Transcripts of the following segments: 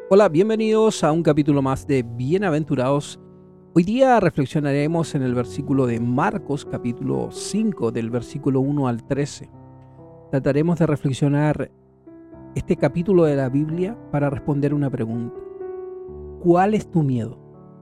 Hola, bienvenidos a un capítulo más de Bienaventurados. Hoy día reflexionaremos en el versículo de Marcos, capítulo 5, del versículo 1 al 13. Trataremos de reflexionar este capítulo de la Biblia para responder una pregunta. ¿Cuál es tu miedo?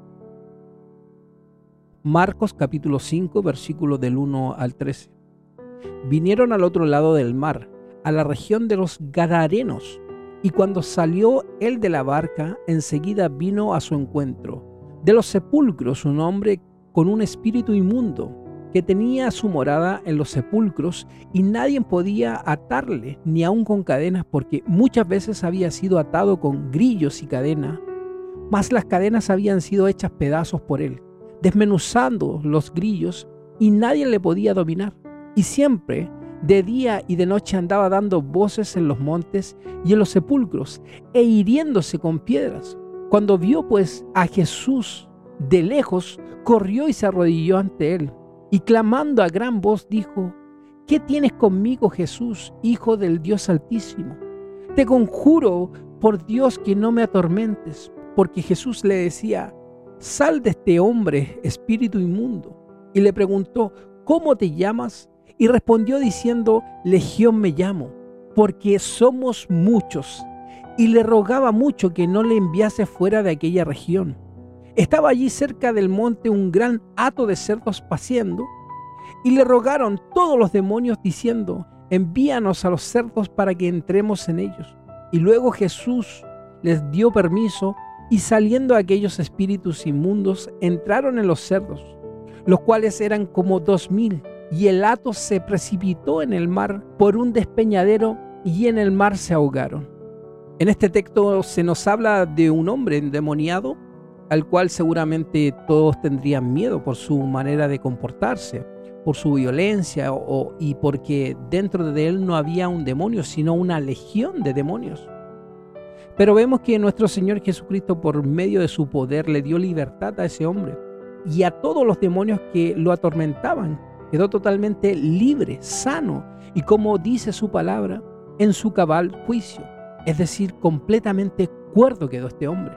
Marcos, capítulo 5, versículo del 1 al 13. Vinieron al otro lado del mar, a la región de los Gadarenos. Y cuando salió él de la barca, enseguida vino a su encuentro de los sepulcros un hombre con un espíritu inmundo, que tenía su morada en los sepulcros, y nadie podía atarle, ni aun con cadenas, porque muchas veces había sido atado con grillos y cadenas, mas las cadenas habían sido hechas pedazos por él, desmenuzando los grillos, y nadie le podía dominar. Y siempre de día y de noche andaba dando voces en los montes y en los sepulcros, e hiriéndose con piedras. Cuando vio pues a Jesús de lejos, corrió y se arrodilló ante él, y clamando a gran voz dijo: ¿Qué tienes conmigo, Jesús, Hijo del Dios Altísimo? Te conjuro por Dios que no me atormentes. Porque Jesús le decía: Sal de este hombre, espíritu inmundo. Y le preguntó: ¿Cómo te llamas? Y respondió diciendo: Legión me llamo, porque somos muchos. Y le rogaba mucho que no le enviase fuera de aquella región. Estaba allí cerca del monte un gran hato de cerdos paciendo, y le rogaron todos los demonios diciendo: Envíanos a los cerdos para que entremos en ellos. Y luego Jesús les dio permiso, y saliendo aquellos espíritus inmundos entraron en los cerdos, los cuales eran como 2000. Y el hato se precipitó en el mar por un despeñadero, y en el mar se ahogaron. En este texto se nos habla de un hombre endemoniado, al cual seguramente todos tendrían miedo por su manera de comportarse, por su violencia y porque dentro de él no había un demonio, sino una legión de demonios. Pero vemos que nuestro Señor Jesucristo, por medio de su poder, le dio libertad a ese hombre, y a todos los demonios que lo atormentaban quedó totalmente libre, sano, y como dice su palabra, en su cabal juicio, es decir, completamente cuerdo quedó este hombre.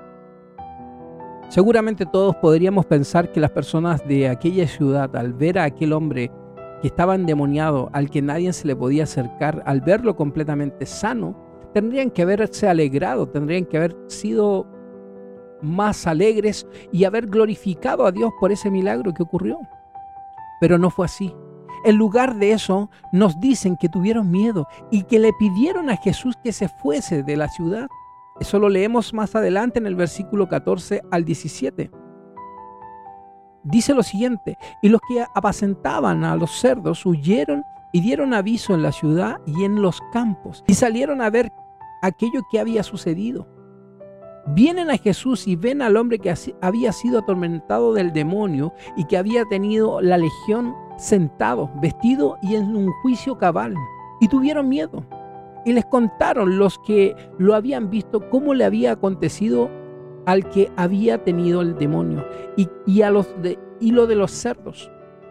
Seguramente todos podríamos pensar que las personas de aquella ciudad, al ver a aquel hombre que estaba endemoniado, al que nadie se le podía acercar, al verlo completamente sano, tendrían que haberse alegrado, tendrían que haber sido más alegres y haber glorificado a Dios por ese milagro que ocurrió. Pero no fue así. En lugar de eso, nos dicen que tuvieron miedo y que le pidieron a Jesús que se fuese de la ciudad. Eso lo leemos más adelante en el versículo 14 al 17. Dice lo siguiente: y los que apacentaban a los cerdos huyeron y dieron aviso en la ciudad y en los campos, y salieron a ver aquello que había sucedido. Vienen a Jesús y ven al hombre que había sido atormentado del demonio y que había tenido la legión sentado, vestido y en un juicio cabal. Y tuvieron miedo. Y les contaron los que lo habían visto cómo le había acontecido al que había tenido el demonio y lo de los cerdos.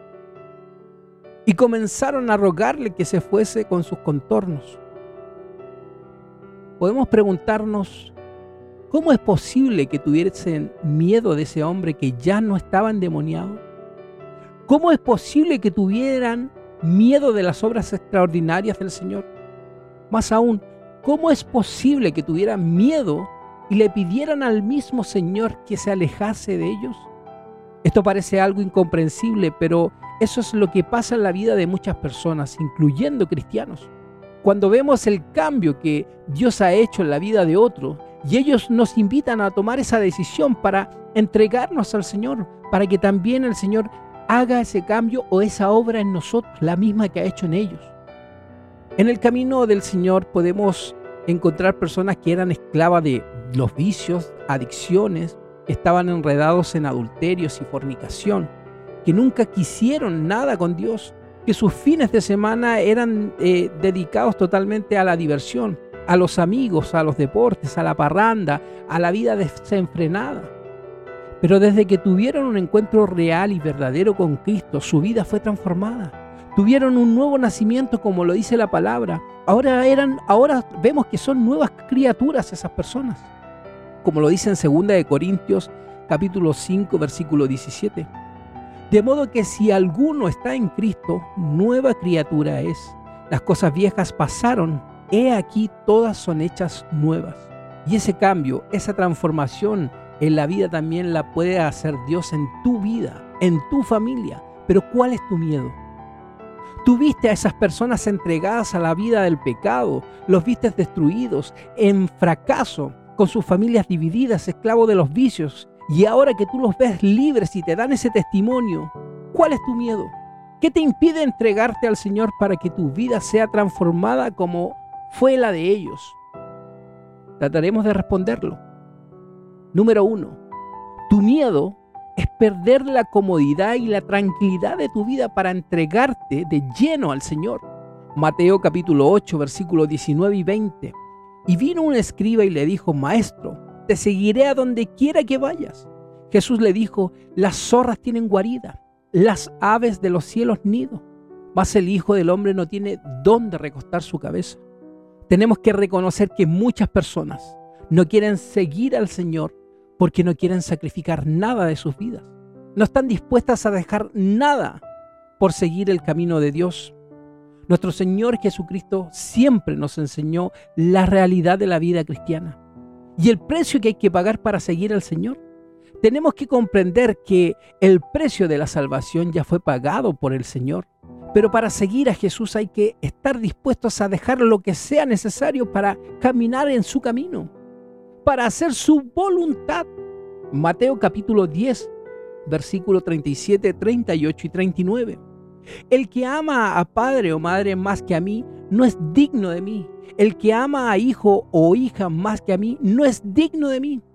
Y comenzaron a rogarle que se fuese con sus contornos. Podemos preguntarnos: ¿cómo es posible que tuviesen miedo de ese hombre que ya no estaba endemoniado? ¿Cómo es posible que tuvieran miedo de las obras extraordinarias del Señor? Más aún, ¿cómo es posible que tuvieran miedo y le pidieran al mismo Señor que se alejase de ellos? Esto parece algo incomprensible, pero eso es lo que pasa en la vida de muchas personas, incluyendo cristianos. Cuando vemos el cambio que Dios ha hecho en la vida de otros, y ellos nos invitan a tomar esa decisión para entregarnos al Señor, para que también el Señor haga ese cambio o esa obra en nosotros, la misma que ha hecho en ellos. En el camino del Señor podemos encontrar personas que eran esclavas de los vicios, adicciones, que estaban enredados en adulterios y fornicación, que nunca quisieron nada con Dios, que sus fines de semana eran dedicados totalmente a la diversión, a los amigos, a los deportes, a la parranda, a la vida desenfrenada. Pero desde que tuvieron un encuentro real y verdadero con Cristo, su vida fue transformada. Tuvieron un nuevo nacimiento, como lo dice la palabra. Ahora vemos que son nuevas criaturas esas personas. como lo dice en 2 Corintios capítulo 5, versículo 17. De modo que si alguno está en Cristo, nueva criatura es. Las cosas viejas pasaron, he aquí todas son hechas nuevas. Y ese cambio, esa transformación en la vida también la puede hacer Dios en tu vida, en tu familia. Pero ¿cuál es tu miedo? Tú viste a esas personas entregadas a la vida del pecado, los viste destruidos, en fracaso, con sus familias divididas, esclavos de los vicios, y ahora que tú los ves libres y te dan ese testimonio, ¿cuál es tu miedo? ¿Qué te impide entregarte al Señor para que tu vida sea transformada como fue la de ellos? Trataremos de responderlo. Número 1. Tu miedo es perder la comodidad y la tranquilidad de tu vida para entregarte de lleno al Señor. Mateo capítulo 8, versículos 19 y 20. Y vino un escriba y le dijo: Maestro, te seguiré a donde quiera que vayas. Jesús le dijo: las zorras tienen guarida, las aves de los cielos nido, mas el Hijo del Hombre no tiene dónde recostar su cabeza. Tenemos que reconocer que muchas personas no quieren seguir al Señor porque no quieren sacrificar nada de sus vidas. No están dispuestas a dejar nada por seguir el camino de Dios. Nuestro Señor Jesucristo siempre nos enseñó la realidad de la vida cristiana y el precio que hay que pagar para seguir al Señor. Tenemos que comprender que el precio de la salvación ya fue pagado por el Señor. Pero para seguir a Jesús hay que estar dispuestos a dejar lo que sea necesario para caminar en su camino, para hacer su voluntad. Mateo capítulo 10, versículo 37, 38 y 39. El que ama a padre o madre más que a mí, no es digno de mí. El que ama a hijo o hija más que a mí, no es digno de mí.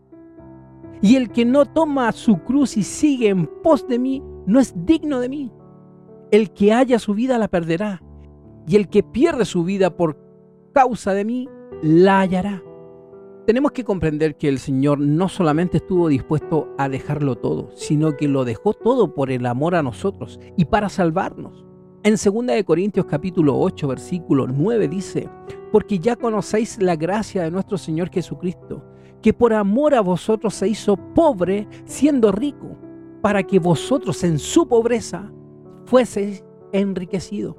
Y el que no toma su cruz y sigue en pos de mí, no es digno de mí. El que halla su vida la perderá, y el que pierde su vida por causa de mí, la hallará. Tenemos que comprender que el Señor no solamente estuvo dispuesto a dejarlo todo, sino que lo dejó todo por el amor a nosotros y para salvarnos. En 2 Corintios capítulo 8, versículo 9 dice: porque ya conocéis la gracia de nuestro Señor Jesucristo, que por amor a vosotros se hizo pobre siendo rico, para que vosotros en su pobreza fueseis enriquecidos.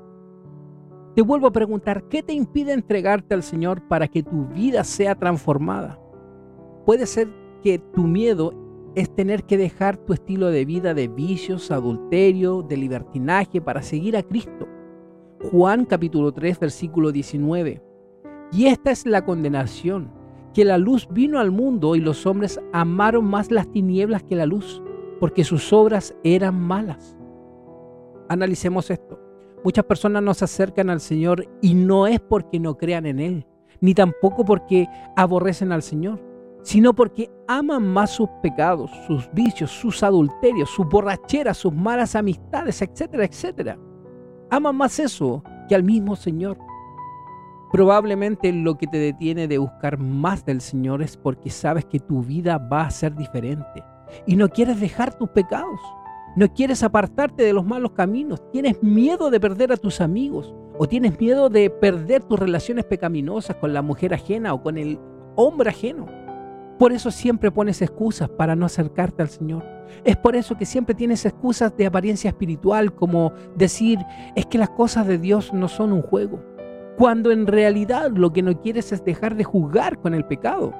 Te vuelvo a preguntar, ¿qué te impide entregarte al Señor para que tu vida sea transformada? Puede ser que tu miedo es tener que dejar tu estilo de vida de vicios, adulterio, de libertinaje para seguir a Cristo. Juan capítulo 3, versículo 19. Y esta es la condenación, que la luz vino al mundo y los hombres amaron más las tinieblas que la luz, porque sus obras eran malas. Analicemos esto. Muchas personas no se acercan al Señor y no es porque no crean en Él, ni tampoco porque aborrecen al Señor, sino porque aman más sus pecados, sus vicios, sus adulterios, sus borracheras, sus malas amistades, etcétera, etcétera. Aman más eso que al mismo Señor. Probablemente lo que te detiene de buscar más del Señor es porque sabes que tu vida va a ser diferente y no quieres dejar tus pecados. No quieres apartarte de los malos caminos, tienes miedo de perder a tus amigos o tienes miedo de perder tus relaciones pecaminosas con la mujer ajena o con el hombre ajeno. Por eso siempre pones excusas para no acercarte al Señor. Es por eso que siempre tienes excusas de apariencia espiritual, como decir, es que las cosas de Dios no son un juego, cuando en realidad lo que no quieres es dejar de jugar con el pecado.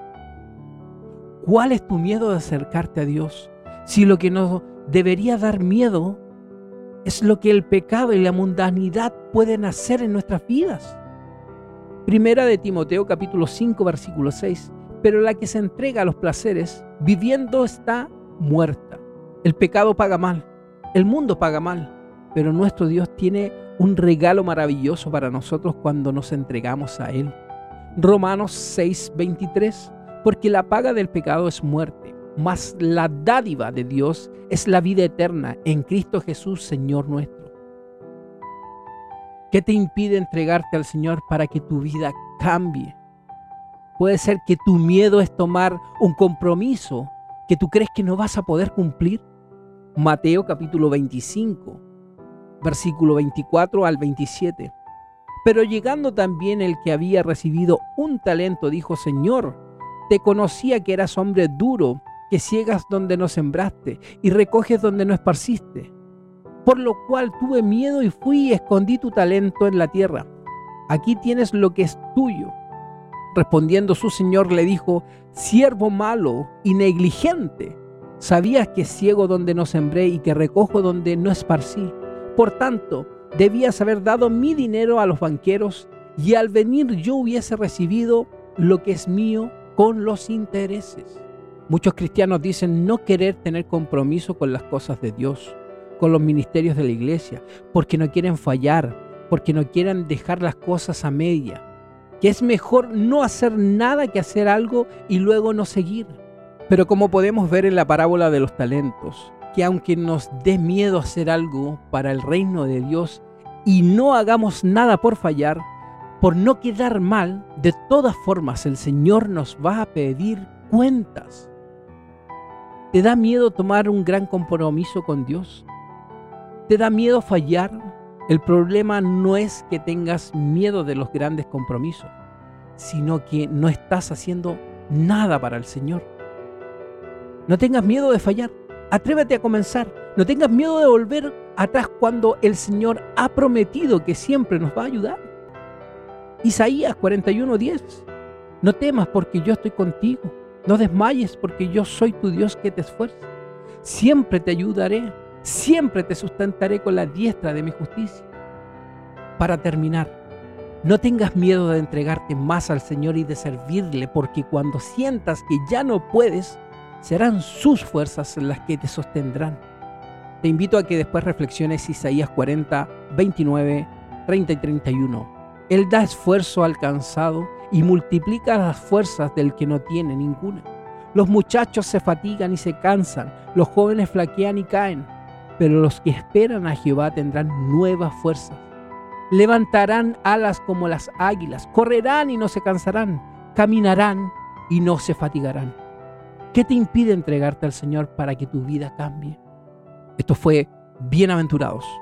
¿Cuál es tu miedo de acercarte a Dios? Si lo que nos debería dar miedo es lo que el pecado y la mundanidad pueden hacer en nuestras vidas. Primera de Timoteo capítulo 5 versículo 6. Pero la que se entrega a los placeres, viviendo está muerta. El pecado paga mal, el mundo paga mal, pero nuestro Dios tiene un regalo maravilloso para nosotros cuando nos entregamos a Él. Romanos 6:23. Porque la paga del pecado es muerte, mas la dádiva de Dios es la vida eterna en Cristo Jesús, Señor nuestro. ¿Qué te impide entregarte al Señor para que tu vida cambie? Puede ser que tu miedo es tomar un compromiso que tú crees que no vas a poder cumplir. Mateo capítulo 25, versículo 24 al 27. Pero llegando también el que había recibido un talento, dijo: Señor, Te conocía que eras hombre duro, que ciegas donde no sembraste y recoges donde no esparciste. Por lo cual tuve miedo y fui y escondí tu talento en la tierra. Aquí tienes lo que es tuyo. Respondiendo su señor le dijo: siervo malo y negligente, sabías que ciego donde no sembré y que recojo donde no esparcí. Por tanto, debías haber dado mi dinero a los banqueros, y al venir yo hubiese recibido lo que es mío con los intereses. Muchos cristianos dicen no querer tener compromiso con las cosas de Dios, con los ministerios de la iglesia, porque no quieren fallar, porque no quieren dejar las cosas a media, que es mejor no hacer nada que hacer algo y luego no seguir. Pero como podemos ver en la parábola de los talentos, que aunque nos dé miedo hacer algo para el reino de Dios y no hagamos nada por fallar, por no quedar mal, de todas formas el Señor nos va a pedir cuentas. ¿Te da miedo tomar un gran compromiso con Dios? ¿Te da miedo fallar? El problema no es que tengas miedo de los grandes compromisos, sino que no estás haciendo nada para el Señor. No tengas miedo de fallar. Atrévete a comenzar. No tengas miedo de volver atrás cuando el Señor ha prometido que siempre nos va a ayudar. Isaías 41:10. No temas porque yo estoy contigo. No desmayes porque yo soy tu Dios que te esfuerza. Siempre te ayudaré. Siempre te sustentaré con la diestra de mi justicia. Para terminar, no tengas miedo de entregarte más al Señor y de servirle, porque cuando sientas que ya no puedes, serán sus fuerzas las que te sostendrán. Te invito a que después reflexiones Isaías 40, 29, 30 y 31. Él da esfuerzo al cansado y multiplica las fuerzas del que no tiene ninguna. Los muchachos se fatigan y se cansan, los jóvenes flaquean y caen, pero los que esperan a Jehová tendrán nuevas fuerzas. Levantarán alas como las águilas, correrán y no se cansarán, caminarán y no se fatigarán. ¿Qué te impide entregarte al Señor para que tu vida cambie? Esto fue Bienaventurados.